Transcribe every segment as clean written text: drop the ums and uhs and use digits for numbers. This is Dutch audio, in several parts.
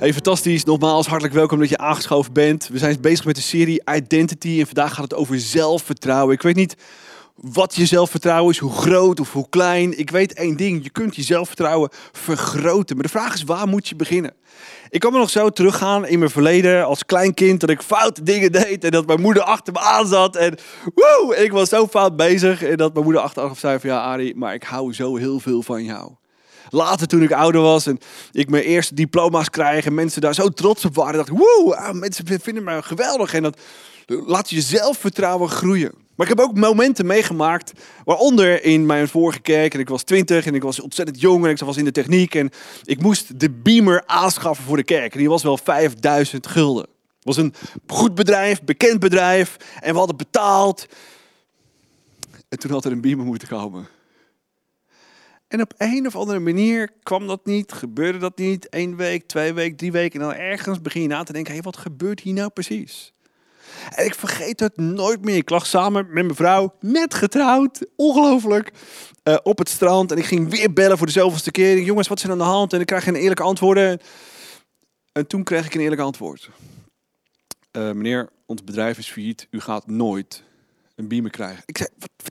Hey, fantastisch. Nogmaals, hartelijk welkom dat je aangeschoven bent. We zijn bezig met de serie Identity en vandaag gaat het over zelfvertrouwen. Ik weet niet wat je zelfvertrouwen is, hoe groot of hoe klein. Ik weet één ding, je kunt je zelfvertrouwen vergroten. Maar de vraag is, waar moet je beginnen? Ik kan me nog zo teruggaan in mijn verleden als klein kind dat ik foute dingen deed en dat mijn moeder achter me aan zat. En ik was zo fout bezig en dat mijn moeder achteraf zei van ja Arie, maar ik hou zo heel veel van jou. Later toen ik ouder was en ik mijn eerste diploma's kreeg en mensen daar zo trots op waren, dacht ik, mensen vinden me geweldig en dat laat je zelfvertrouwen groeien. Maar ik heb ook momenten meegemaakt, waaronder in mijn vorige kerk en ik was 20 en ik was ontzettend jong en ik was in de techniek en ik moest de beamer aanschaffen voor de kerk en die was wel 5000 gulden. Het was een goed bedrijf, bekend bedrijf en we hadden betaald en toen had er een beamer moeten komen. En op een of andere manier kwam dat niet, gebeurde dat niet. 1 week, 2 weken, 3 weken. En dan ergens begin je na te denken, wat gebeurt hier nou precies? En ik vergeet het nooit meer. Ik lag samen met mijn vrouw, net getrouwd, ongelooflijk, op het strand. En ik ging weer bellen voor de zoveelste keer. Jongens, wat is er aan de hand? En ik krijg geen eerlijke antwoorden. En toen kreeg ik een eerlijk antwoord. Meneer, ons bedrijf is failliet. U gaat nooit een beamer krijgen. Ik zei,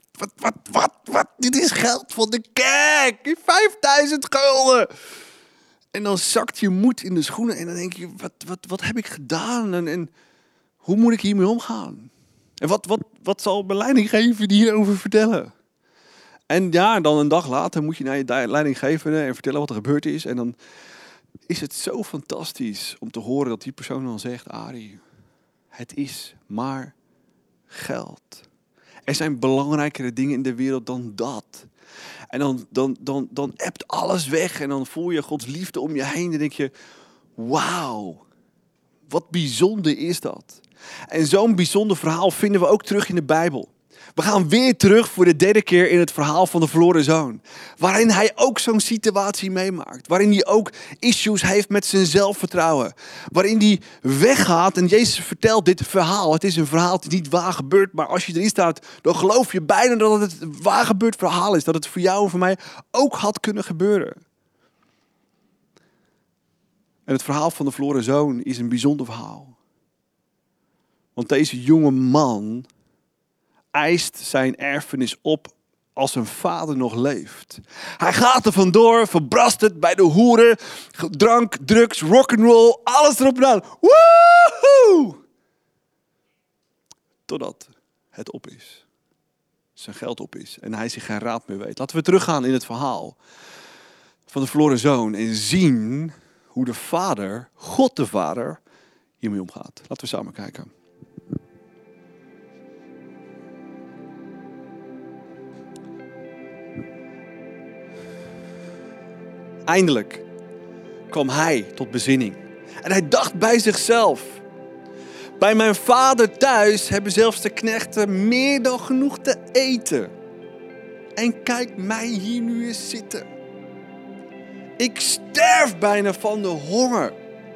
wat? Dit is geld van de kerk. 5000 gulden. En dan zakt je moed in de schoenen. En dan denk je, wat heb ik gedaan? En hoe moet ik hiermee omgaan? En wat zal mijn leidinggevende hierover vertellen? En ja, dan een dag later moet je naar je leidinggevende en vertellen wat er gebeurd is. En dan is het zo fantastisch om te horen dat die persoon dan zegt, Arie, het is maar geld. Er zijn belangrijkere dingen in de wereld dan dat. En dan ebt alles weg en dan voel je Gods liefde om je heen. En denk je, wauw, wat bijzonder is dat. En zo'n bijzonder verhaal vinden we ook terug in de Bijbel. We gaan weer terug voor de 3e keer in het verhaal van de verloren zoon. Waarin hij ook zo'n situatie meemaakt. Waarin hij ook issues heeft met zijn zelfvertrouwen. Waarin hij weggaat en Jezus vertelt dit verhaal. Het is een verhaal dat niet waar gebeurt. Maar als je erin staat, dan geloof je bijna dat het een waar gebeurd verhaal is. Dat het voor jou en voor mij ook had kunnen gebeuren. En het verhaal van de verloren zoon is een bijzonder verhaal. Want deze jonge man eist zijn erfenis op als zijn vader nog leeft. Hij gaat er vandoor, verbrast het bij de hoeren, drank, drugs, rock'n'roll, alles erop en aan. Woehoe! Totdat het op is. Zijn geld op is en hij zich geen raad meer weet. Laten we teruggaan in het verhaal van de verloren zoon en zien hoe de vader, God de Vader, hiermee omgaat. Laten we samen kijken. Eindelijk kwam hij tot bezinning. En hij dacht bij zichzelf. Bij mijn vader thuis hebben zelfs de knechten meer dan genoeg te eten. En kijk mij hier nu eens zitten. Ik sterf bijna van de honger.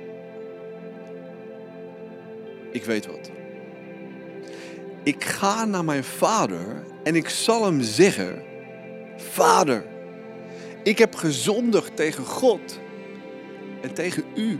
Ik weet wat. Ik ga naar mijn vader en ik zal hem zeggen, Vader, ik heb gezondigd tegen God en tegen u.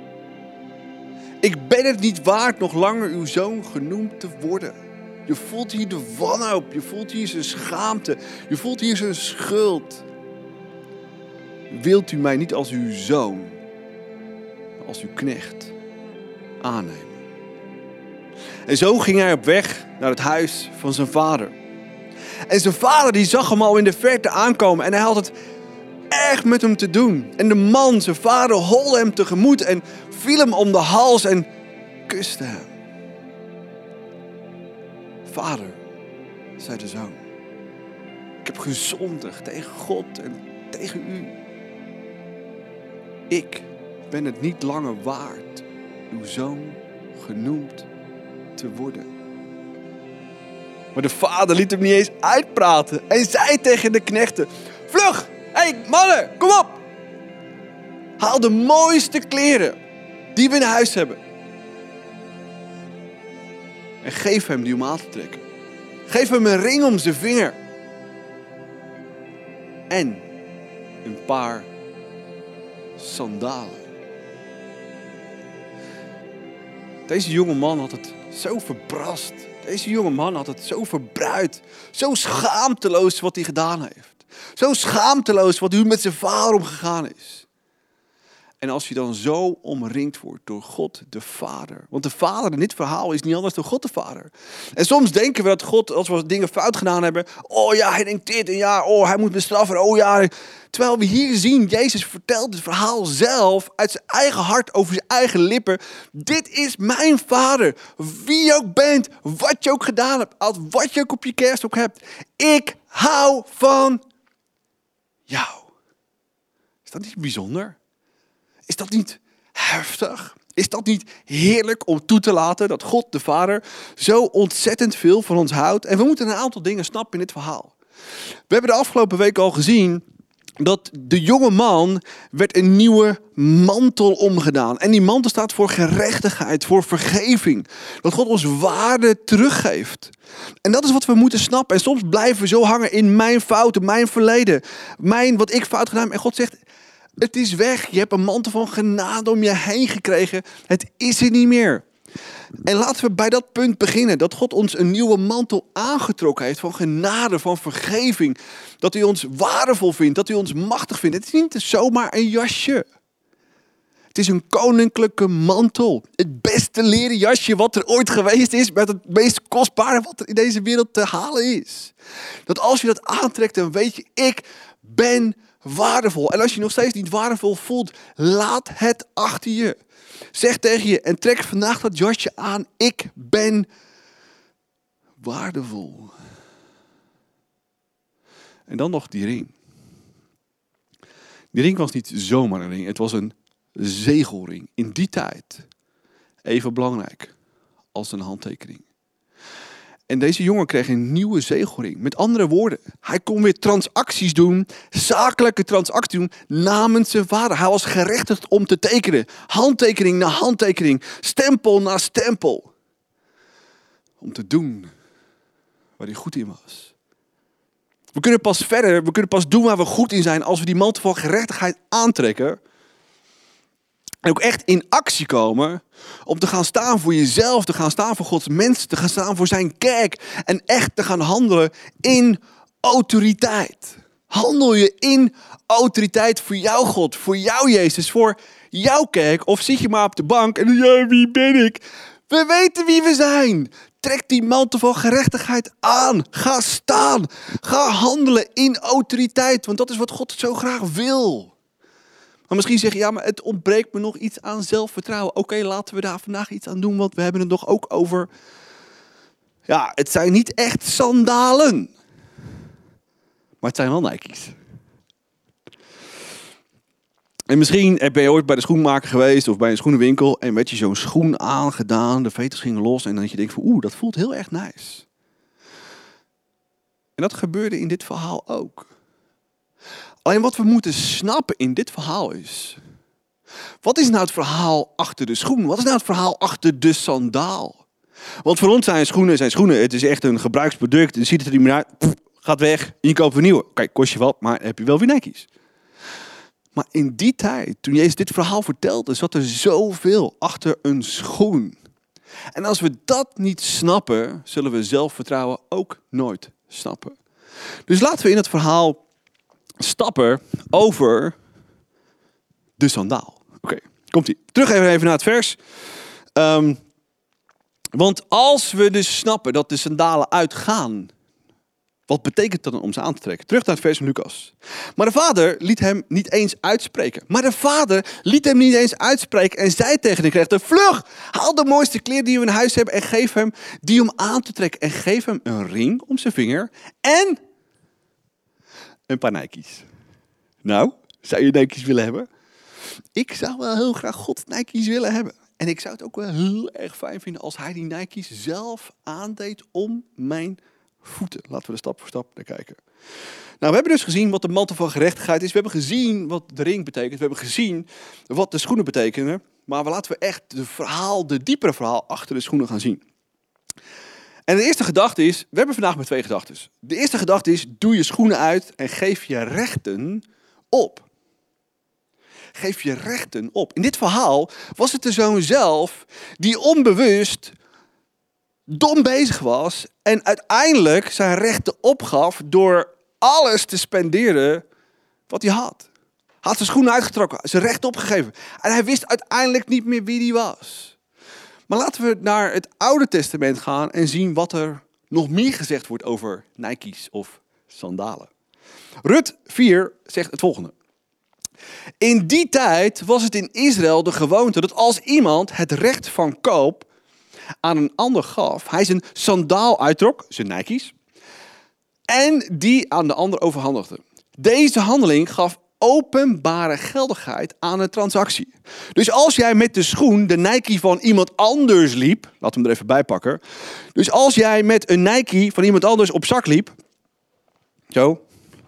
Ik ben het niet waard nog langer uw zoon genoemd te worden. Je voelt hier de wanhoop, je voelt hier zijn schaamte, je voelt hier zijn schuld. Wilt u mij niet als uw zoon, maar als uw knecht aannemen? En zo ging hij op weg naar het huis van zijn vader. En zijn vader die zag hem al in de verte aankomen en hij had het erg met hem te doen. En de man, zijn vader, holde hem tegemoet en viel hem om de hals en kuste hem. Vader, zei de zoon, ik heb gezondigd tegen God en tegen u. Ik ben het niet langer waard uw zoon genoemd te worden. Maar de vader liet hem niet eens uitpraten en zei tegen de knechten, vlug! Hey mannen, kom op! Haal de mooiste kleren die we in huis hebben. En geef hem die om aan te trekken. Geef hem een ring om zijn vinger. En een paar sandalen. Deze jonge man had het zo verbrast. Deze jonge man had het zo verbruid. Zo schaamteloos wat hij gedaan heeft. Zo schaamteloos wat hij met zijn vader omgegaan is. En als je dan zo omringd wordt door God de Vader. Want de Vader in dit verhaal is niet anders dan God de Vader. En soms denken we dat God, als we dingen fout gedaan hebben. Oh ja, hij denkt dit en ja, oh hij moet me straffen. Oh ja. Terwijl we hier zien, Jezus vertelt het verhaal zelf uit zijn eigen hart over zijn eigen lippen. Dit is mijn Vader. Wie je ook bent, wat je ook gedaan hebt, wat je ook op je kerststok hebt. Ik hou van jou. Is dat niet bijzonder? Is dat niet heftig? Is dat niet heerlijk om toe te laten dat God de Vader zo ontzettend veel van ons houdt? En we moeten een aantal dingen snappen in dit verhaal. We hebben de afgelopen week al gezien dat de jonge man werd een nieuwe mantel omgedaan. En die mantel staat voor gerechtigheid, voor vergeving. Dat God ons waarde teruggeeft. En dat is wat we moeten snappen. En soms blijven we zo hangen in mijn fouten, mijn verleden. Wat ik fout gedaan heb. En God zegt, het is weg. Je hebt een mantel van genade om je heen gekregen. Het is er niet meer. En laten we bij dat punt beginnen. Dat God ons een nieuwe mantel aangetrokken heeft van genade, van vergeving. Dat hij ons waardevol vindt, dat hij ons machtig vindt. Het is niet zomaar een jasje. Het is een koninklijke mantel. Het beste leren jasje wat er ooit geweest is. Met het meest kostbare wat er in deze wereld te halen is. Dat als je dat aantrekt, dan weet je, ik ben waardevol. En als je je nog steeds niet waardevol voelt, laat het achter je. Zeg tegen je en trek vandaag dat jasje aan. Ik ben waardevol. En dan nog die ring. Die ring was niet zomaar een ring. Het was een zegelring. In die tijd even belangrijk als een handtekening. En deze jongen kreeg een nieuwe zegelring. Met andere woorden, hij kon weer transacties doen, zakelijke transacties doen namens zijn vader. Hij was gerechtigd om te tekenen. Handtekening na handtekening, stempel na stempel. Om te doen waar hij goed in was. We kunnen pas verder, we kunnen pas doen waar we goed in zijn als we die mantel van gerechtigheid aantrekken. En ook echt in actie komen om te gaan staan voor jezelf, te gaan staan voor Gods mensen, te gaan staan voor zijn kerk en echt te gaan handelen in autoriteit. Handel je in autoriteit voor jouw God, voor jouw Jezus, voor jouw kerk, of zit je maar op de bank en ja, wie ben ik? We weten wie we zijn. Trek die mantel van gerechtigheid aan. Ga staan. Ga handelen in autoriteit, want dat is wat God zo graag wil. Maar misschien zeg je, ja, maar het ontbreekt me nog iets aan zelfvertrouwen. Oké, laten we daar vandaag iets aan doen, want we hebben het nog ook over. Ja, het zijn niet echt sandalen. Maar het zijn wel Nike's. En misschien ben je ooit bij de schoenmaker geweest of bij een schoenenwinkel en werd je zo'n schoen aangedaan, de veters gingen los en dan je denkt van dat voelt heel erg nice. En dat gebeurde in dit verhaal ook. Alleen wat we moeten snappen in dit verhaal is, wat is nou het verhaal achter de schoen? Wat is nou het verhaal achter de sandaal? Want voor ons zijn schoenen. Het is echt een gebruiksproduct. Je ziet het er niet meer uit. Gaat weg en je koopt een nieuwe. Kijk, kost je wat, maar heb je wel weer Nike's. Maar in die tijd, toen Jezus dit verhaal vertelde, zat er zoveel achter een schoen. En als we dat niet snappen, zullen we zelfvertrouwen ook nooit snappen. Dus laten we in het verhaal stappen over de sandaal. Oké, komt-ie. Terug even naar het vers. Want als we dus snappen dat de sandalen uitgaan, wat betekent dat dan om ze aan te trekken? Terug naar het vers van Lucas. Maar de vader liet hem niet eens uitspreken. En zei tegen de knechten, vlug, haal de mooiste kleren die we in huis hebben en geef hem die om aan te trekken. En geef hem een ring om zijn vinger en een paar Nike's. Nou, zou je Nike's willen hebben? Ik zou wel heel graag Gods Nike's willen hebben. En ik zou het ook wel heel erg fijn vinden als hij die Nike's zelf aandeed om mijn voeten. Laten we er stap voor stap naar kijken. Nou, we hebben dus gezien wat de mantel van gerechtigheid is. We hebben gezien wat de ring betekent. We hebben gezien wat de schoenen betekenen. Maar laten we echt de diepere verhaal achter de schoenen gaan zien. En de eerste gedachte is, we hebben vandaag maar 2 gedachten. De eerste gedachte is, doe je schoenen uit en geef je rechten op. geef je rechten op. In dit verhaal was het de zoon zelf die onbewust dom bezig was en uiteindelijk zijn rechten opgaf door alles te spenderen wat hij had. Hij had zijn schoenen uitgetrokken, zijn recht opgegeven. En hij wist uiteindelijk niet meer wie hij was. Maar laten we naar het Oude Testament gaan en zien wat er nog meer gezegd wordt over Nike's of sandalen. Rut 4 zegt het volgende. In die tijd was het in Israël de gewoonte dat als iemand het recht van koop aan een ander gaf, hij zijn sandaal uittrok, zijn Nike's, en die aan de ander overhandigde. Deze handeling gaf openbare geldigheid aan een transactie. Dus als jij met de schoen de Nike van iemand anders liep, laten we hem er even bij pakken. Dus als jij met een Nike van iemand anders op zak liep, zo,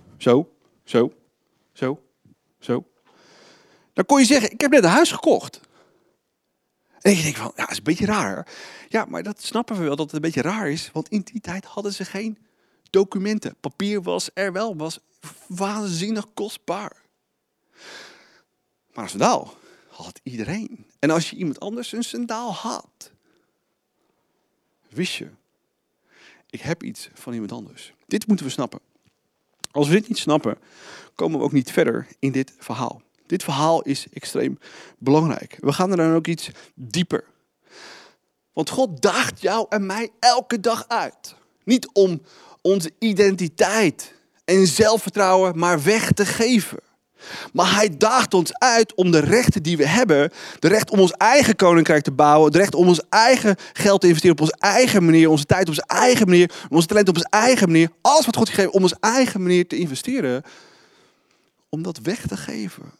dan kon je zeggen, ik heb net een huis gekocht. En je denkt van, ja, dat is een beetje raar. Ja, maar dat snappen we wel dat het een beetje raar is, want in die tijd hadden ze geen documenten. Papier was er wel, was waanzinnig kostbaar. Maar een sandaal had iedereen. En als je iemand anders een sandaal had, wist je, ik heb iets van iemand anders. Dit moeten we snappen. Als we dit niet snappen, komen we ook niet verder in dit verhaal. Dit verhaal is extreem belangrijk. We gaan er dan ook iets dieper. Want God daagt jou en mij elke dag uit. Niet om onze identiteit en zelfvertrouwen maar weg te geven. Maar hij daagt ons uit om de rechten die we hebben, de recht om ons eigen koninkrijk te bouwen, de recht om ons eigen geld te investeren op onze eigen manier, onze tijd op onze eigen manier, onze talent op onze eigen manier, alles wat God gegeven om onze eigen manier te investeren, om dat weg te geven.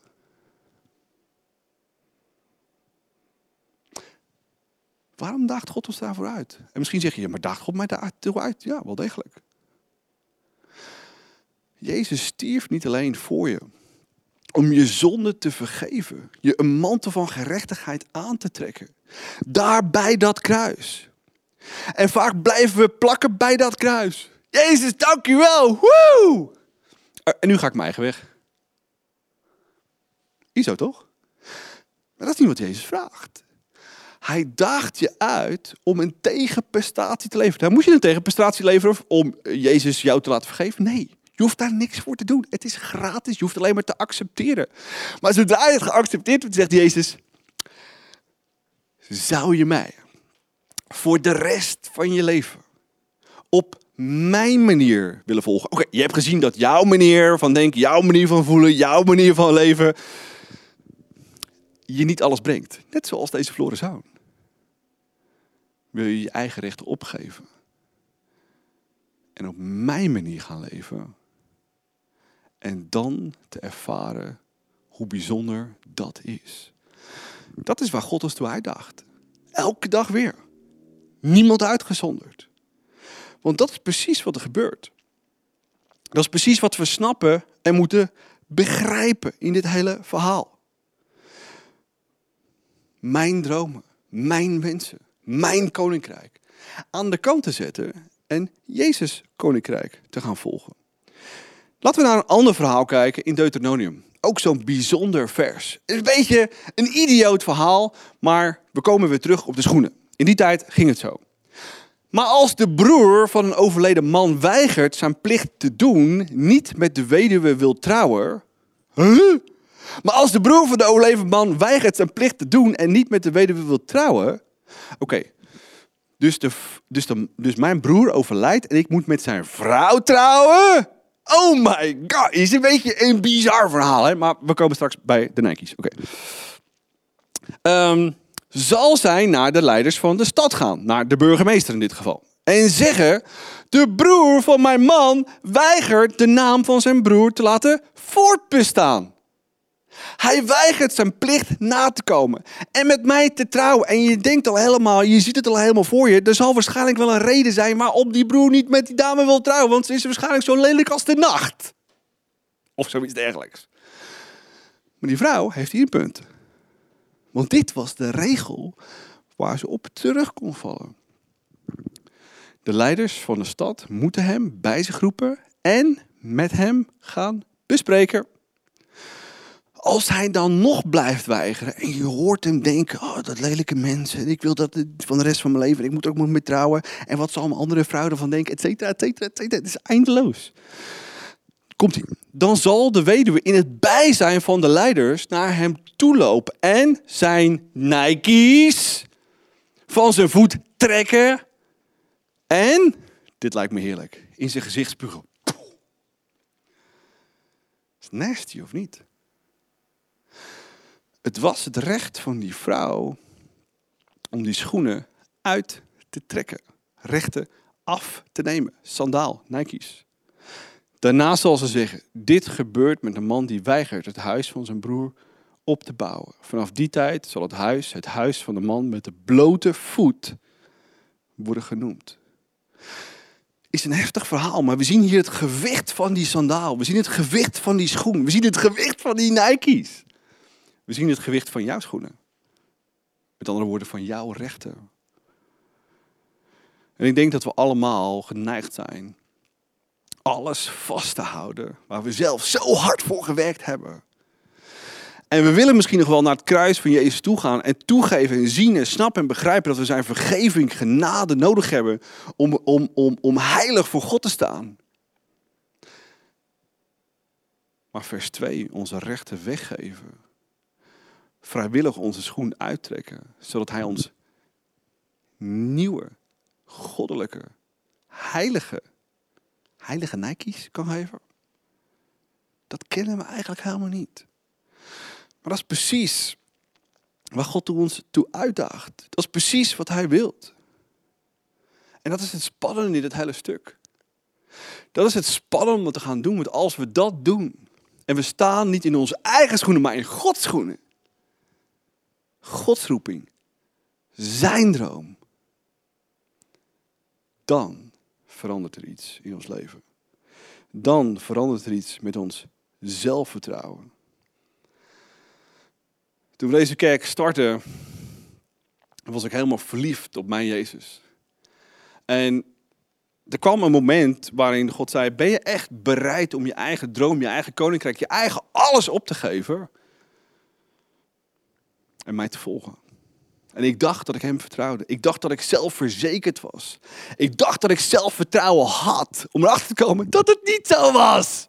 Waarom daagt God ons daarvoor uit? En misschien zeg je, ja, maar daagt God mij daartoe uit? Ja, wel degelijk. Jezus stierf niet alleen voor je, om je zonde te vergeven, je een mantel van gerechtigheid aan te trekken. Daar bij dat kruis. En vaak blijven we plakken bij dat kruis. Jezus, dank u wel. Woe! En nu ga ik mijn eigen weg. Zo toch? Maar dat is niet wat Jezus vraagt. Hij daagt je uit om een tegenprestatie te leveren. Nou, moet je een tegenprestatie leveren om Jezus jou te laten vergeven? Nee, je hoeft daar niks voor te doen. Het is gratis, je hoeft alleen maar te accepteren. Maar zodra je het geaccepteerd hebt, zegt Jezus, zou je mij voor de rest van je leven op mijn manier willen volgen? Oké, je hebt gezien dat jouw manier van denken, jouw manier van voelen, jouw manier van leven je niet alles brengt. Net zoals deze verloren zoon. Wil je je eigen rechten opgeven en op mijn manier gaan leven en dan te ervaren hoe bijzonder dat is. Dat is waar God ons toe uitdaagt. Elke dag weer. Niemand uitgezonderd. Want dat is precies wat er gebeurt. Dat is precies wat we snappen en moeten begrijpen in dit hele verhaal. Mijn dromen, mijn wensen, mijn koninkrijk aan de kant te zetten en Jezus koninkrijk te gaan volgen. Laten we naar een ander verhaal kijken in Deuteronomium. Ook zo'n bijzonder vers. Het is een beetje een idioot verhaal, maar we komen weer terug op de schoenen. In die tijd ging het zo. Maar als de broer van een overleden man weigert zijn plicht te doen, niet met de weduwe wil trouwen. Maar als de broer van de overleden man weigert zijn plicht te doen en niet met de weduwe wil trouwen. Oké. Dus mijn broer overlijdt en ik moet met zijn vrouw trouwen? Oh my god, is een beetje een bizar verhaal, hè? Maar we komen straks bij de Nike's. Oké. Zal zij naar de leiders van de stad gaan, naar de burgemeester in dit geval, en zeggen, de broer van mijn man weigert de naam van zijn broer te laten voortbestaan. Hij weigert zijn plicht na te komen en met mij te trouwen. En je denkt al helemaal, je ziet het al helemaal voor je. Er zal waarschijnlijk wel een reden zijn waarom die broer niet met die dame wil trouwen. Want ze is waarschijnlijk zo lelijk als de nacht. Of zoiets dergelijks. Maar die vrouw heeft hier een punt. Want dit was de regel waar ze op terug kon vallen. De leiders van de stad moeten hem bij zich roepen en met hem gaan bespreken. Als hij dan nog blijft weigeren en je hoort hem denken, oh, dat lelijke mensen, ik wil dat van de rest van mijn leven, ik moet er ook mee trouwen. En wat zal mijn andere vrouw ervan denken, et cetera, et cetera, et cetera. Het is eindeloos. Komt-ie. Dan zal de weduwe in het bijzijn van de leiders naar hem toelopen en zijn Nike's van zijn voet trekken en, dit lijkt me heerlijk, in zijn gezicht spugen. Is nasty of niet? Het was het recht van die vrouw om die schoenen uit te trekken. Rechten af te nemen. Sandaal, Nike's. Daarna zal ze zeggen, dit gebeurt met een man die weigert het huis van zijn broer op te bouwen. Vanaf die tijd zal het huis van de man met de blote voet worden genoemd. Is een heftig verhaal, maar we zien hier het gewicht van die sandaal. We zien het gewicht van die schoen. We zien het gewicht van die Nike's. We zien het gewicht van jouw schoenen. Met andere woorden, van jouw rechten. En ik denk dat we allemaal geneigd zijn alles vast te houden waar we zelf zo hard voor gewerkt hebben. En we willen misschien nog wel naar het kruis van Jezus toe gaan en toegeven en zien en snappen en begrijpen dat we zijn vergeving, genade nodig hebben om heilig voor God te staan. Maar vers 2, onze rechten weggeven. Vrijwillig onze schoen uittrekken, zodat hij ons nieuwe, goddelijke, heilige Nike's kan geven. Dat kennen we eigenlijk helemaal niet. Maar dat is precies waar God ons toe uitdaagt. Dat is precies wat hij wilt. En dat is het spannende in dit hele stuk. Dat is het spannende om te gaan doen. Want als we dat doen, en we staan niet in onze eigen schoenen, maar in Gods schoenen. Gods roeping. Zijn droom. Dan verandert er iets in ons leven. Dan verandert er iets met ons zelfvertrouwen. Toen we deze kerk startten, was ik helemaal verliefd op mijn Jezus. En er kwam een moment waarin God zei, ben je echt bereid om je eigen droom, je eigen koninkrijk, je eigen alles op te geven en mij te volgen? En ik dacht dat ik hem vertrouwde. Ik dacht dat ik zelfverzekerd was. Ik dacht dat ik zelfvertrouwen had om erachter te komen dat het niet zo was.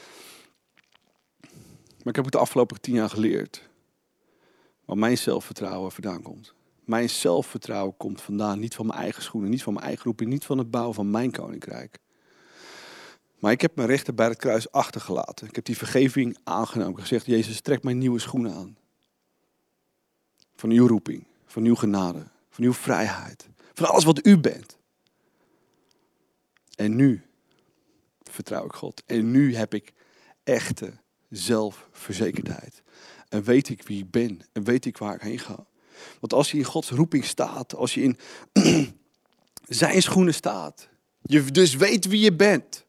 Maar ik heb het de afgelopen 10 jaar geleerd. Waar mijn zelfvertrouwen vandaan komt. Mijn zelfvertrouwen komt vandaan niet van mijn eigen schoenen, niet van mijn eigen roeping, niet van het bouwen van mijn koninkrijk. Maar ik heb mijn rechten bij het kruis achtergelaten. Ik heb die vergeving aangenomen. Ik heb gezegd, Jezus, trek mijn nieuwe schoenen aan. Van uw roeping, van uw genade, van uw vrijheid. Van alles wat u bent. En nu vertrouw ik God. En nu heb ik echte zelfverzekerdheid. En weet ik wie ik ben. En weet ik waar ik heen ga. Want als je in Gods roeping staat. Als je in zijn schoenen staat. Je dus weet wie je bent.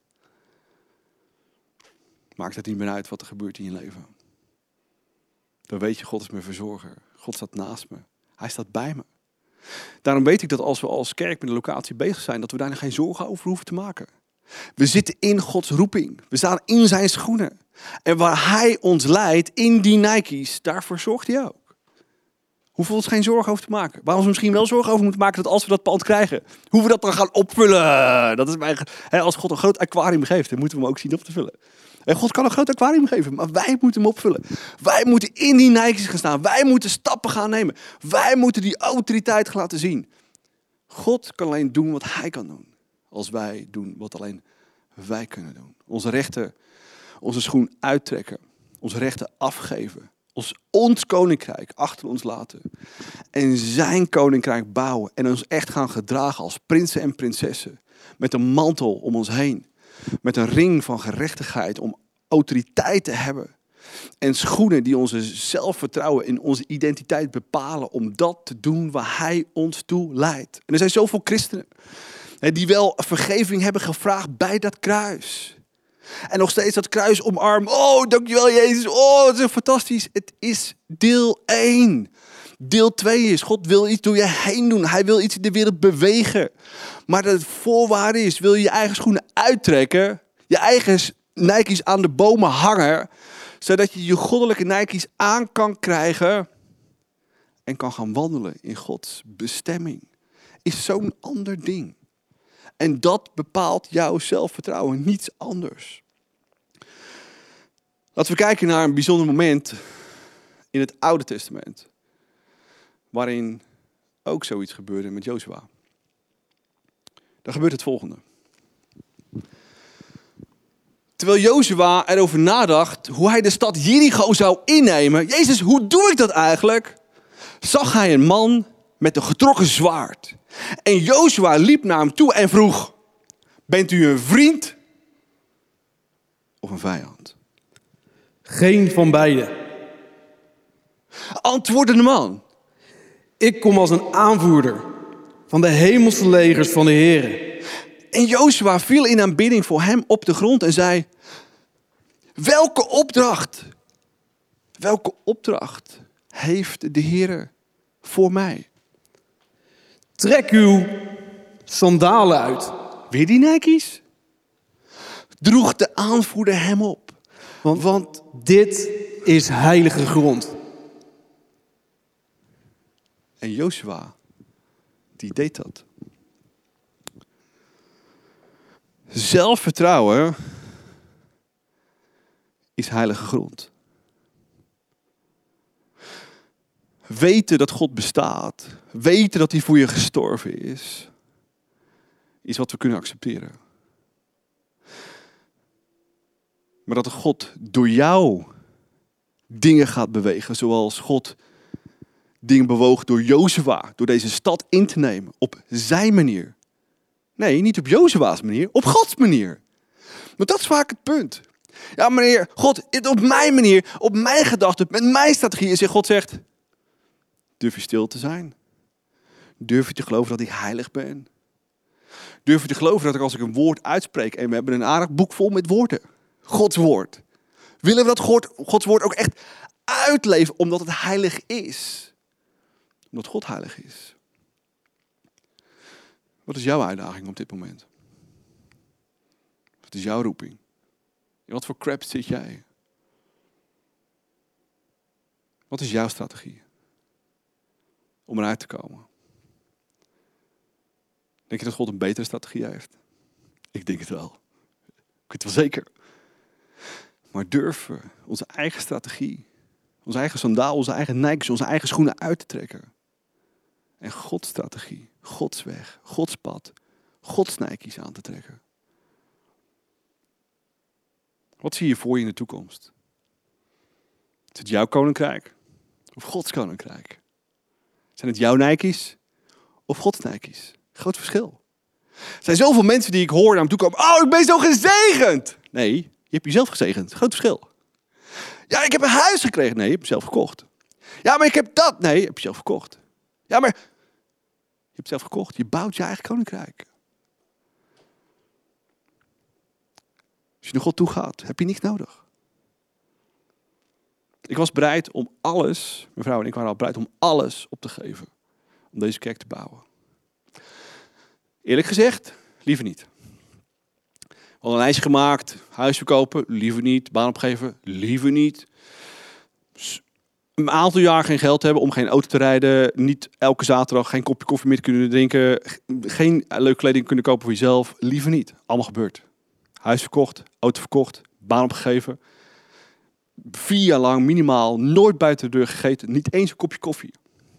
Maakt het niet meer uit wat er gebeurt in je leven. Dan weet je, God is mijn verzorger. God staat naast me. Hij staat bij me. Daarom weet ik dat als we als kerk met de locatie bezig zijn, dat we daar geen zorgen over hoeven te maken. We zitten in Gods roeping. We staan in zijn schoenen. En waar hij ons leidt, in die Nike's, daarvoor zorgt hij ook. Hoeven we ons geen zorgen over te maken. Waar we ons misschien wel zorgen over moeten maken, dat als we dat pand krijgen, hoe we dat dan gaan opvullen. Dat is als God een groot aquarium geeft, dan moeten we hem ook zien op te vullen. En God kan een groot aquarium geven, maar wij moeten hem opvullen. Wij moeten in die Nike's gaan staan. Wij moeten stappen gaan nemen. Wij moeten die autoriteit gaan laten zien. God kan alleen doen wat hij kan doen. Als wij doen wat alleen wij kunnen doen. Onze rechten, onze schoen uittrekken. Onze rechten afgeven. Ons koninkrijk achter ons laten. En zijn koninkrijk bouwen. En ons echt gaan gedragen als prinsen en prinsessen. Met een mantel om ons heen. Met een ring van gerechtigheid om autoriteit te hebben. En schoenen die onze zelfvertrouwen en onze identiteit bepalen om dat te doen waar hij ons toe leidt. En er zijn zoveel christenen die wel vergeving hebben gevraagd bij dat kruis. En nog steeds dat kruis omarmen. Oh, dankjewel Jezus. Oh, het is fantastisch. Het is deel 1. Deel 2 is, God wil iets door je heen doen. Hij wil iets in de wereld bewegen. Maar de voorwaarde is, wil je je eigen schoenen uittrekken, je eigen Nike's aan de bomen hangen, zodat je je goddelijke Nike's aan kan krijgen en kan gaan wandelen in Gods bestemming. Is zo'n ander ding. En dat bepaalt jouw zelfvertrouwen, niets anders. Laten we kijken naar een bijzonder moment in het Oude Testament. Waarin ook zoiets gebeurde met Jozua. Dan gebeurt het volgende. Terwijl Jozua erover nadacht hoe hij de stad Jericho zou innemen. Jezus, hoe doe ik dat eigenlijk? Zag hij een man met een getrokken zwaard. En Jozua liep naar hem toe en vroeg: bent u een vriend of een vijand? Geen van beide. Antwoordde de man: Ik kom als een aanvoerder van de hemelse legers van de Here. En Jozua viel in aanbidding voor hem op de grond en zei: welke opdracht heeft de Heer voor mij? Trek uw sandalen uit. Weer die Nike's? Droeg de aanvoerder hem op. Want dit is heilige grond. En Jozua, die deed dat. Zelfvertrouwen is heilige grond. Weten dat God bestaat, weten dat hij voor je gestorven is wat we kunnen accepteren. Maar dat God door jou dingen gaat bewegen, zoals God dingen bewoog door Jozua, door deze stad in te nemen, op zijn manier. Nee, niet op Jozua's manier, op Gods manier. Want dat is vaak het punt. Ja, meneer, God, op mijn manier, op mijn gedachten, met mijn strategie. En God zegt: durf je stil te zijn? Durf je te geloven dat ik heilig ben? Durf je te geloven dat als ik een woord uitspreek, en we hebben een aardig boek vol met woorden, Gods woord. Willen we dat Gods woord ook echt uitleven, omdat het heilig is? Omdat God heilig is. Wat is jouw uitdaging op dit moment? Wat is jouw roeping? In wat voor crap zit jij? Wat is jouw strategie om eruit te komen? Denk je dat God een betere strategie heeft? Ik denk het wel. Ik weet het wel zeker. Maar durven we onze eigen strategie, onze eigen sandaal, onze eigen Nike's, onze eigen schoenen uit te trekken? En Gods strategie, Gods weg, Gods pad, Gods Nike's aan te trekken. Wat zie je voor je in de toekomst? Is het jouw koninkrijk of Gods koninkrijk? Zijn het jouw Nike's of Gods Nike's? Groot verschil. Er zijn zoveel mensen die ik hoor naar me toe komen. Oh, ik ben zo gezegend. Nee, je hebt jezelf gezegend. Groot verschil. Ja, ik heb een huis gekregen. Nee, je hebt het zelf gekocht. Ja, maar ik heb dat. Nee, je hebt het zelf gekocht. Ja, maar je hebt het zelf gekocht. Je bouwt je eigen koninkrijk. Als je naar God toe gaat, heb je niks nodig. Ik was bereid om alles, mijn vrouw en ik waren al bereid om alles op te geven. Om deze kerk te bouwen. Eerlijk gezegd, liever niet. We hadden een lijstje gemaakt, huis verkopen, liever niet. Baan opgeven, liever niet. Een aantal jaar geen geld hebben om geen auto te rijden. Niet elke zaterdag geen kopje koffie meer te kunnen drinken. Geen leuke kleding kunnen kopen voor jezelf. Liever niet. Allemaal gebeurd. Huis verkocht, auto verkocht, baan opgegeven. 4 jaar lang minimaal nooit buiten de deur gegeten. Niet eens een kopje koffie.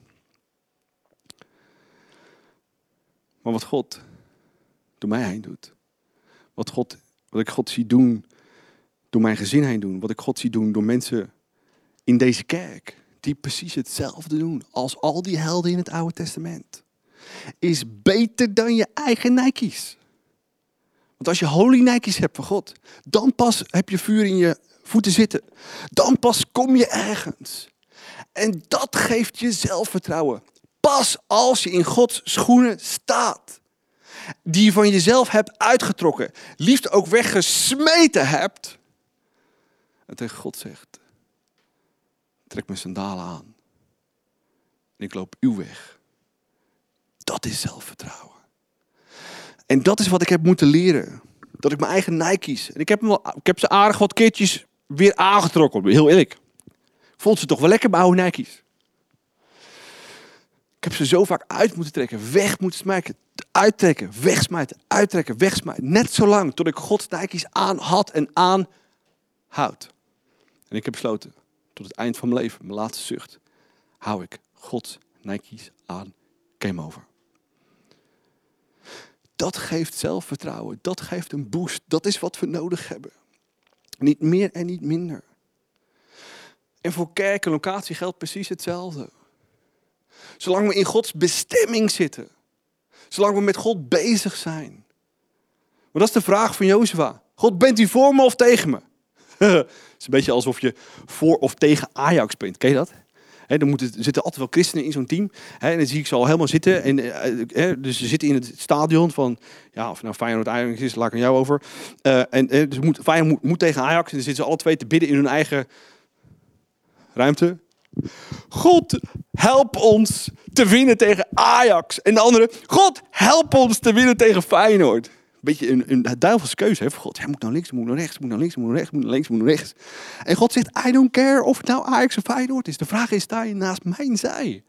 Maar wat God door mij heen doet. Wat ik God zie doen door mijn gezin heen doen. Wat ik God zie doen door mensen in deze kerk. Die precies hetzelfde doen als al die helden in het Oude Testament. Is beter dan je eigen Nike's. Want als je holy Nike's hebt van God. Dan pas heb je vuur in je voeten zitten. Dan pas kom je ergens. En dat geeft je zelfvertrouwen. Pas als je in Gods schoenen staat. Die je van jezelf hebt uitgetrokken. Liefst ook weggesmeten hebt. En tegen God zegt: trek mijn sandalen aan. En ik loop uw weg. Dat is zelfvertrouwen. En dat is wat ik heb moeten leren. Dat ik mijn eigen Nike's. En ik heb ze aardig wat keertjes weer aangetrokken. Heel eerlijk. Ik vond ze toch wel lekker, mijn oude Nike's. Ik heb ze zo vaak uit moeten trekken, weg moeten smijten, uittrekken, wegsmijten, uittrekken, wegsmijten. Net zo lang tot ik Gods Nike's aan had en aanhoud. En ik heb besloten, tot het eind van mijn leven, mijn laatste zucht, hou ik Gods Nike's aan. Game over. Dat geeft zelfvertrouwen, dat geeft een boost. Dat is wat we nodig hebben. Niet meer en niet minder. En voor kerk en locatie geldt precies hetzelfde. Zolang we in Gods bestemming zitten. Zolang we met God bezig zijn. Maar dat is de vraag van Jozua. God, bent u voor me of tegen me? Het is een beetje alsof je voor of tegen Ajax bent. Ken je dat? Er zitten altijd wel christenen in zo'n team. En dan zie ik ze al helemaal zitten. Dus ze zitten in het stadion van... Ja, of nou Feyenoord Ajax is, laat ik aan jou over. Dus Feyenoord moet tegen Ajax. En dan zitten ze alle twee te bidden in hun eigen ruimte. God, help ons te winnen tegen Ajax. En de andere, God, help ons te winnen tegen Feyenoord. Beetje een duivelse keuze voor God. Hij moet naar links, moet naar rechts, moet naar links, moet naar rechts, moet naar links, moet naar rechts. En God zegt, I don't care of het nou Ajax of Feyenoord is. De vraag is, sta je naast mijn zij?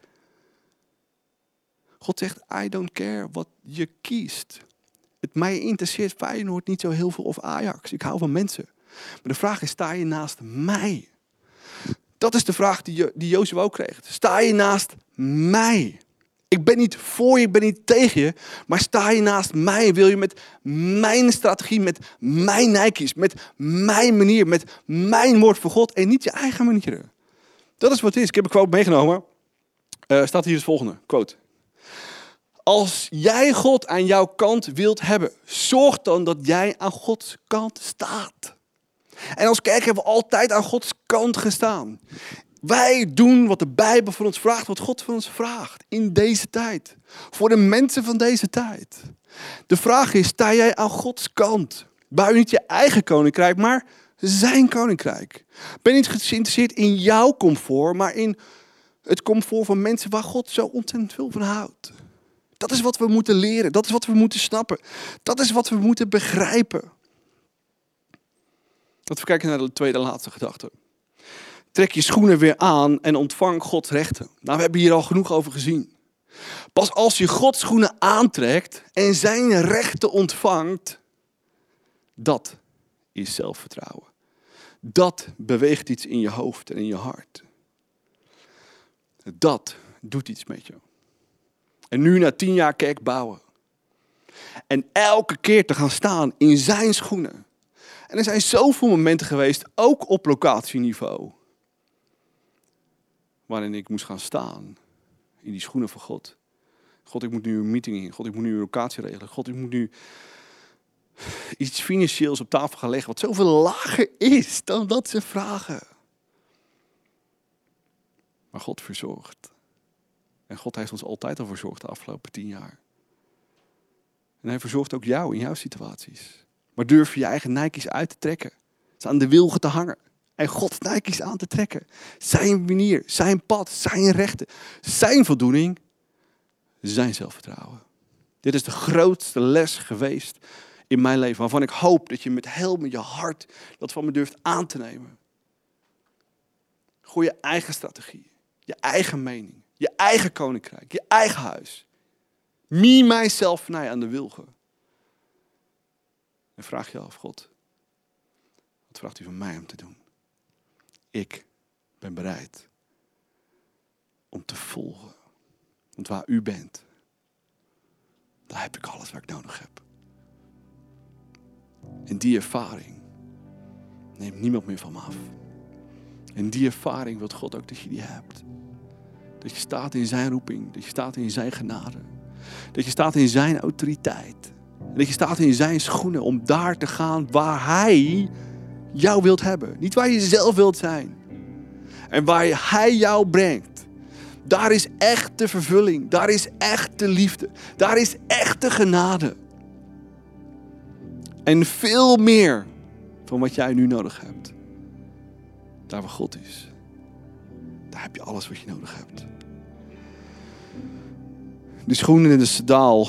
God zegt, I don't care wat je kiest. Mij interesseert Feyenoord niet zo heel veel of Ajax. Ik hou van mensen. Maar de vraag is, sta je naast mij? Dat is de vraag die Jozua ook kreeg. Sta je naast mij? Ik ben niet voor je, ik ben niet tegen je. Maar sta je naast mij? Wil je met mijn strategie, met mijn Nike's, met mijn manier, met mijn woord voor God en niet je eigen manieren? Dat is wat het is. Ik heb een quote meegenomen. Staat hier het volgende. Quote. Als jij God aan jouw kant wilt hebben, zorg dan dat jij aan Gods kant staat. En als kerk hebben we altijd aan Gods kant gestaan. Wij doen wat de Bijbel van ons vraagt, wat God van ons vraagt. In deze tijd. Voor de mensen van deze tijd. De vraag is, sta jij aan Gods kant? Bouw niet je eigen koninkrijk, maar zijn koninkrijk. Ben niet geïnteresseerd in jouw comfort, maar in het comfort van mensen waar God zo ontzettend veel van houdt. Dat is wat we moeten leren. Dat is wat we moeten snappen. Dat is wat we moeten begrijpen. Laten we kijken naar de tweede laatste gedachte. Trek je schoenen weer aan en ontvang Gods rechten. Nou, we hebben hier al genoeg over gezien. Pas als je Gods schoenen aantrekt en zijn rechten ontvangt, dat is zelfvertrouwen. Dat beweegt iets in je hoofd en in je hart. Dat doet iets met je. En nu na 10 jaar kerk bouwen. En elke keer te gaan staan in zijn schoenen. En er zijn zoveel momenten geweest, ook op locatieniveau, waarin ik moest gaan staan in die schoenen van God. God, ik moet nu een meeting in. God, ik moet nu een locatie regelen. God, ik moet nu iets financieels op tafel gaan leggen, wat zoveel lager is dan dat ze vragen. Maar God verzorgt. En God heeft ons altijd al verzorgd de afgelopen 10 jaar. En hij verzorgt ook jou in jouw situaties. Maar durf je je eigen Nike's uit te trekken. Ze aan de wilgen te hangen. En Gods Nike's aan te trekken. Zijn manier, zijn pad, zijn rechten, zijn voldoening, zijn zelfvertrouwen. Dit is de grootste les geweest in mijn leven. Waarvan ik hoop dat je met heel je hart dat van me durft aan te nemen. Gooi je eigen strategie. Je eigen mening. Je eigen koninkrijk. Je eigen huis. Me, mijzelf, mij aan de wilgen. En vraag je af, God, wat vraagt u van mij om te doen? Ik ben bereid om te volgen. Want waar u bent, daar heb ik alles wat ik nodig heb. En die ervaring neemt niemand meer van me af. En die ervaring wil God ook dat je die hebt. Dat je staat in zijn roeping. Dat je staat in zijn genade. Dat je staat in zijn autoriteit. En dat je staat in zijn schoenen om daar te gaan waar hij jou wilt hebben. Niet waar je zelf wilt zijn. En waar hij jou brengt. Daar is echte vervulling. Daar is echte liefde. Daar is echte genade. En veel meer van wat jij nu nodig hebt. Daar waar God is. Daar heb je alles wat je nodig hebt. De schoenen en de sandaal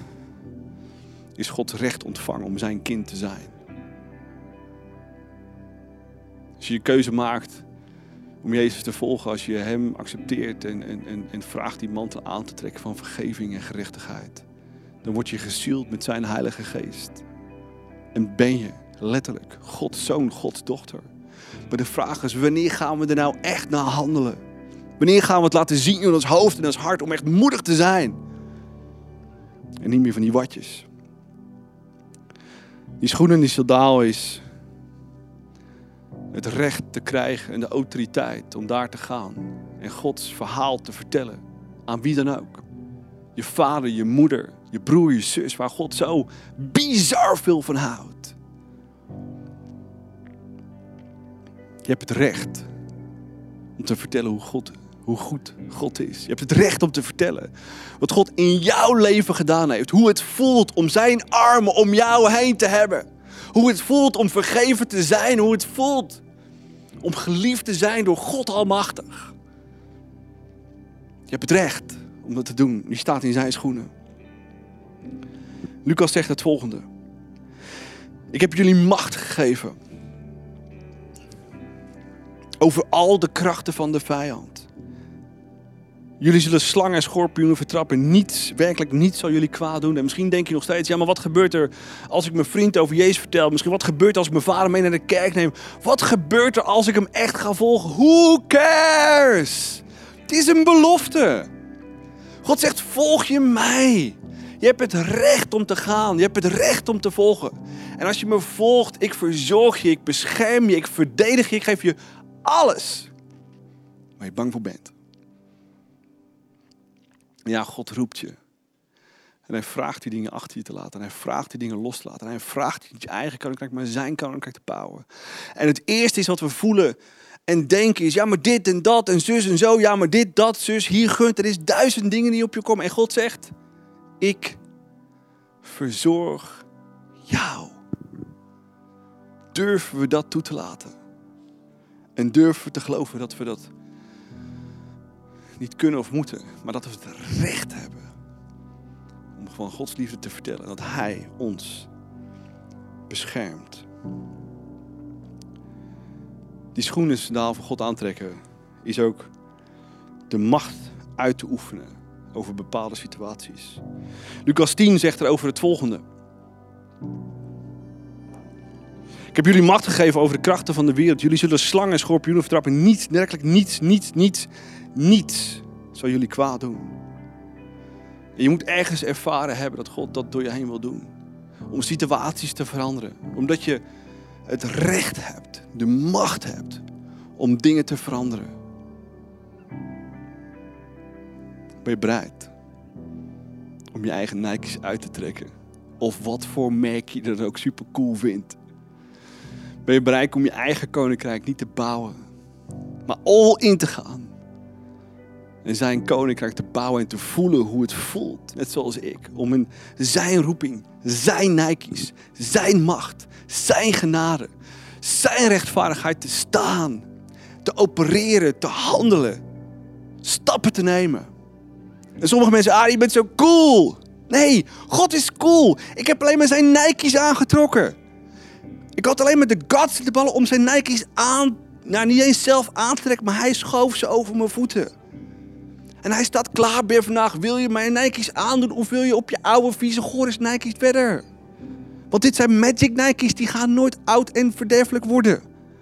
is Gods recht ontvangen om zijn kind te zijn. Als je je keuze maakt om Jezus te volgen, als je hem accepteert en vraagt die mantel aan te trekken van vergeving en gerechtigheid, dan word je gezield met zijn Heilige Geest. En ben je letterlijk Gods zoon, Gods dochter. Maar de vraag is, wanneer gaan we er nou echt naar handelen? Wanneer gaan we het laten zien in ons hoofd en ons hart om echt moedig te zijn? En niet meer van die watjes. Die schoen en die sandaal is het recht te krijgen en de autoriteit om daar te gaan. En Gods verhaal te vertellen. Aan wie dan ook. Je vader, je moeder, je broer, je zus. Waar God zo bizar veel van houdt. Je hebt het recht om te vertellen hoe goed God is. Je hebt het recht om te vertellen wat God in jouw leven gedaan heeft. Hoe het voelt om zijn armen om jou heen te hebben. Hoe het voelt om vergeven te zijn. Hoe het voelt om geliefd te zijn door God Almachtig. Je hebt het recht om dat te doen. Je staat in zijn schoenen. Lucas zegt het volgende. Ik heb jullie macht gegeven over al de krachten van de vijand. Jullie zullen slangen en schorpioenen vertrappen. Niets, werkelijk niets zal jullie kwaad doen. En misschien denk je nog steeds, ja, maar wat gebeurt er als ik mijn vriend over Jezus vertel? Misschien wat gebeurt er als ik mijn vader mee naar de kerk neem? Wat gebeurt er als ik hem echt ga volgen? Who cares? Het is een belofte. God zegt, volg je mij. Je hebt het recht om te gaan. Je hebt het recht om te volgen. En als je me volgt, ik verzorg je, ik bescherm je, ik verdedig je, ik geef je alles waar je bang voor bent. Ja, God roept je. En hij vraagt die dingen achter je te laten. En hij vraagt die dingen los te laten. En hij vraagt je niet je eigen koninkrijk, maar zijn koninkrijk te bouwen. En het eerste is wat we voelen en denken is, ja, maar dit en dat en zus en zo. Ja, maar dit, dat, zus, hier gunt. Er is 1000 dingen die op je komen. En God zegt, ik verzorg jou. Durven we dat toe te laten? En durven we te geloven dat we dat niet kunnen of moeten, maar dat we het recht hebben om van Gods liefde te vertellen. Dat hij ons beschermt. Die schoenen en sandaal van God aantrekken is ook de macht uit te oefenen over bepaalde situaties. Lucas 10 zegt er over het volgende. Ik heb jullie macht gegeven over de krachten van de wereld. Jullie zullen slangen en schorpioenen vertrappen. Niets, werkelijk niets zal jullie kwaad doen. En je moet ergens ervaren hebben dat God dat door je heen wil doen. Om situaties te veranderen. Omdat je het recht hebt, de macht hebt om dingen te veranderen. Ben je bereid om je eigen Nike's uit te trekken? Of wat voor merk je er ook super cool vindt? Ben je bereid om je eigen koninkrijk niet te bouwen, maar all in te gaan? En zijn koninkrijk te bouwen en te voelen hoe het voelt. Net zoals ik. Om in zijn roeping, zijn Nike's, zijn macht, zijn genade, zijn rechtvaardigheid te staan. Te opereren, te handelen. Stappen te nemen. En sommige mensen, je bent zo cool. Nee, God is cool. Ik heb alleen maar zijn Nike's aangetrokken. Ik had alleen maar de guts, de ballen om zijn Nike's niet eens zelf aan te trekken, maar hij schoof ze over mijn voeten. En hij staat klaar weer vandaag. Wil je mijn Nike's aandoen of wil je op je oude vieze Goris Nike's verder? Want dit zijn Magic Nike's, die gaan nooit oud en verderfelijk worden.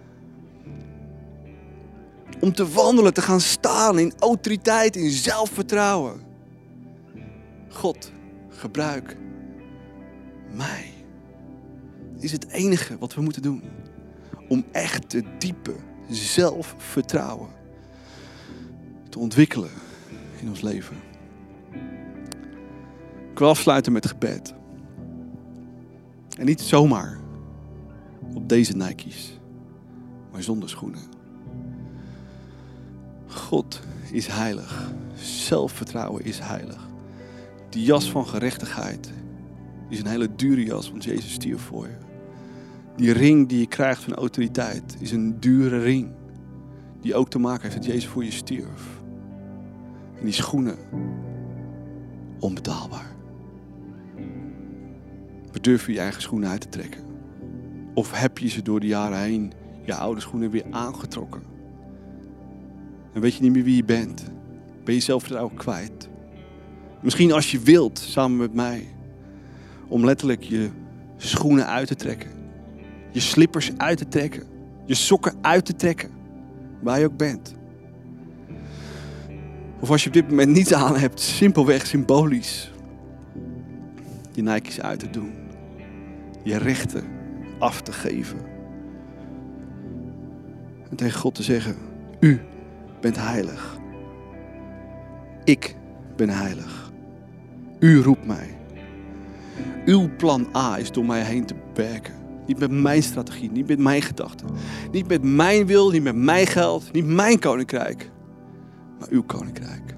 Om te wandelen, te gaan staan in autoriteit, in zelfvertrouwen. God, gebruik mij. Is het enige wat we moeten doen. Om echt te diepe zelfvertrouwen te ontwikkelen in ons leven. Ik wil afsluiten met gebed. En niet zomaar op deze Nike's, maar zonder schoenen. God is heilig. Zelfvertrouwen is heilig. Die jas van gerechtigheid is een hele dure jas, want Jezus stierf voor je. Die ring die je krijgt van autoriteit is een dure ring. Die ook te maken heeft dat Jezus voor je stierf. En die schoenen, onbetaalbaar. Durf je eigen schoenen uit te trekken? Of heb je ze door de jaren heen je oude schoenen weer aangetrokken. En weet je niet meer wie je bent. Ben je zelfvertrouwen kwijt. Misschien als je wilt, samen met mij, om letterlijk je schoenen uit te trekken. Je slippers uit te trekken. Je sokken uit te trekken. Waar je ook bent. Of als je op dit moment niets aan hebt, simpelweg symbolisch. Je Nike's uit te doen. Je rechten af te geven. En tegen God te zeggen, u bent heilig. Ik ben heilig. U roept mij. Uw plan A is door mij heen te beperken. Niet met mijn strategie, niet met mijn gedachten. Niet met mijn wil, niet met mijn geld, niet mijn koninkrijk. Maar uw koninkrijk.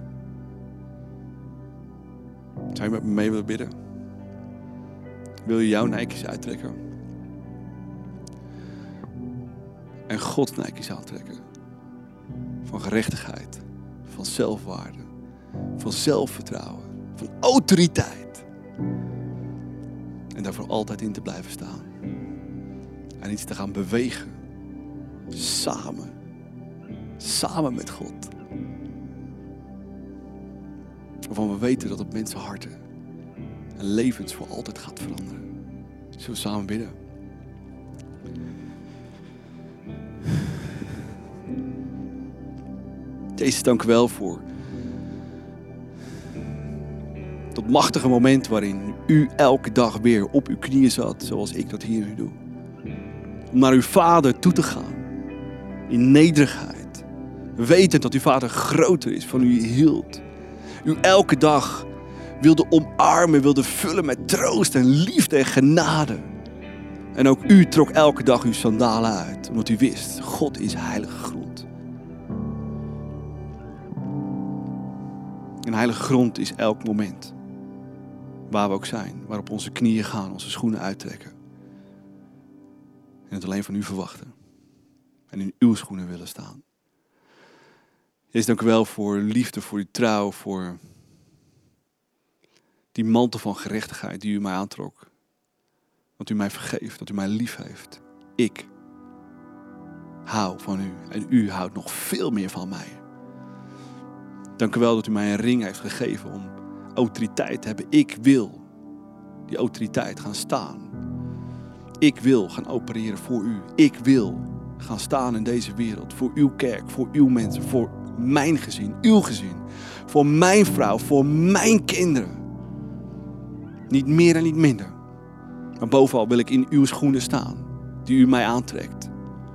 Zou je met me mee willen bidden? Wil je jouw Nike's uittrekken? En Gods Nike's aantrekken. Van gerechtigheid, van zelfwaarde, van zelfvertrouwen, van autoriteit. En daarvoor altijd in te blijven staan. En iets te gaan bewegen. Samen. Samen met God. Waarvan we weten dat het mensenharten en levens voor altijd gaat veranderen. Zullen we samen bidden? Jezus, dank u wel voor dat machtige moment waarin u elke dag weer op uw knieën zat, zoals ik dat hier nu doe. Om naar uw Vader toe te gaan, in nederigheid, wetend dat uw Vader groter is, van u hield. U elke dag wilde omarmen, wilde vullen met troost en liefde en genade. En ook u trok elke dag uw sandalen uit, omdat u wist, God is heilige grond. En heilige grond is elk moment. Waar we ook zijn, waar op onze knieën gaan, onze schoenen uittrekken. En het alleen van u verwachten. En in uw schoenen willen staan. Jezus, dank u wel voor liefde, voor uw trouw, voor die mantel van gerechtigheid die u mij aantrok. Dat u mij vergeeft, dat u mij lief heeft. Ik hou van u en u houdt nog veel meer van mij. Dank u wel dat u mij een ring heeft gegeven om autoriteit te hebben. Ik wil die autoriteit gaan staan. Ik wil gaan opereren voor u. Ik wil gaan staan in deze wereld. Voor uw kerk, voor uw mensen, voor mijn gezin, uw gezin. Voor mijn vrouw, voor mijn kinderen. Niet meer en niet minder. Maar bovenal wil ik in uw schoenen staan. Die u mij aantrekt.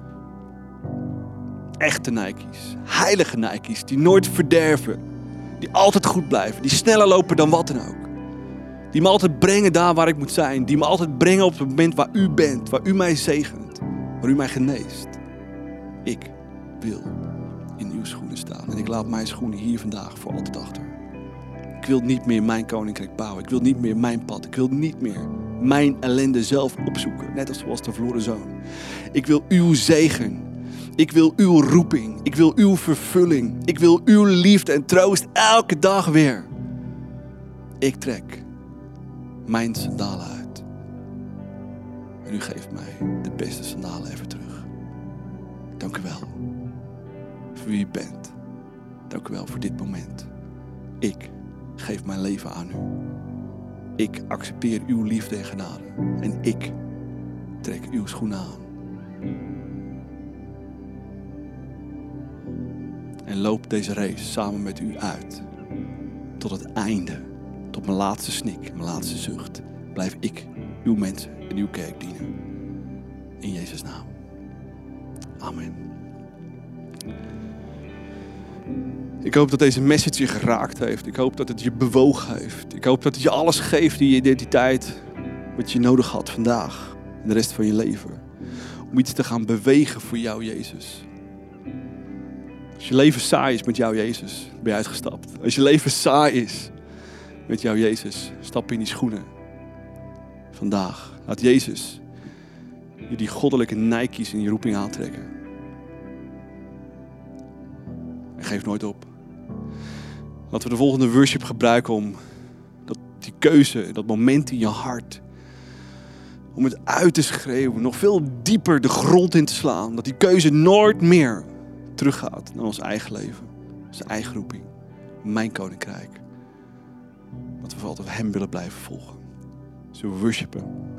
Echte Nike's. Heilige Nike's. Die nooit verderven. Die altijd goed blijven. Die sneller lopen dan wat dan ook. Die me altijd brengen daar waar ik moet zijn. Die me altijd brengen op het moment waar u bent. Waar u mij zegent. Waar u mij geneest. Ik wil in uw schoenen staan. En ik laat mijn schoenen hier vandaag voor altijd achter. Ik wil niet meer mijn koninkrijk bouwen. Ik wil niet meer mijn pad. Ik wil niet meer mijn ellende zelf opzoeken. Net als zoals de verloren zoon. Ik wil uw zegen. Ik wil uw roeping. Ik wil uw vervulling. Ik wil uw liefde en troost elke dag weer. Ik trek mijn sandalen uit. En u geeft mij de beste sandalen even terug. Dank u wel voor wie u bent. Dank u wel voor dit moment. Ik geef mijn leven aan u. Ik accepteer uw liefde en genade. En ik trek uw schoenen aan. En loop deze race samen met u uit. Tot het einde. Tot mijn laatste snik, mijn laatste zucht. Blijf ik uw mensen en uw kerk dienen. In Jezus' naam. Amen. Ik hoop dat deze message je geraakt heeft. Ik hoop dat het je bewogen heeft. Ik hoop dat het je alles geeft, die identiteit, wat je nodig had vandaag en de rest van je leven. Om iets te gaan bewegen voor jou, Jezus. Als je leven saai is met jou, Jezus, ben je uitgestapt. Als je leven saai is met jou, Jezus, stap in die schoenen. Vandaag. Laat Jezus je die goddelijke Nike's in je roeping aantrekken. En geef nooit op. Laten we de volgende worship gebruiken om die keuze, dat moment in je hart, Om het uit te schreeuwen, nog veel dieper de grond in te slaan. Dat die keuze nooit meer teruggaat naar ons eigen leven. Onze eigen roeping. Mijn koninkrijk. Dat we altijd hem willen blijven volgen. Zullen we worshipen.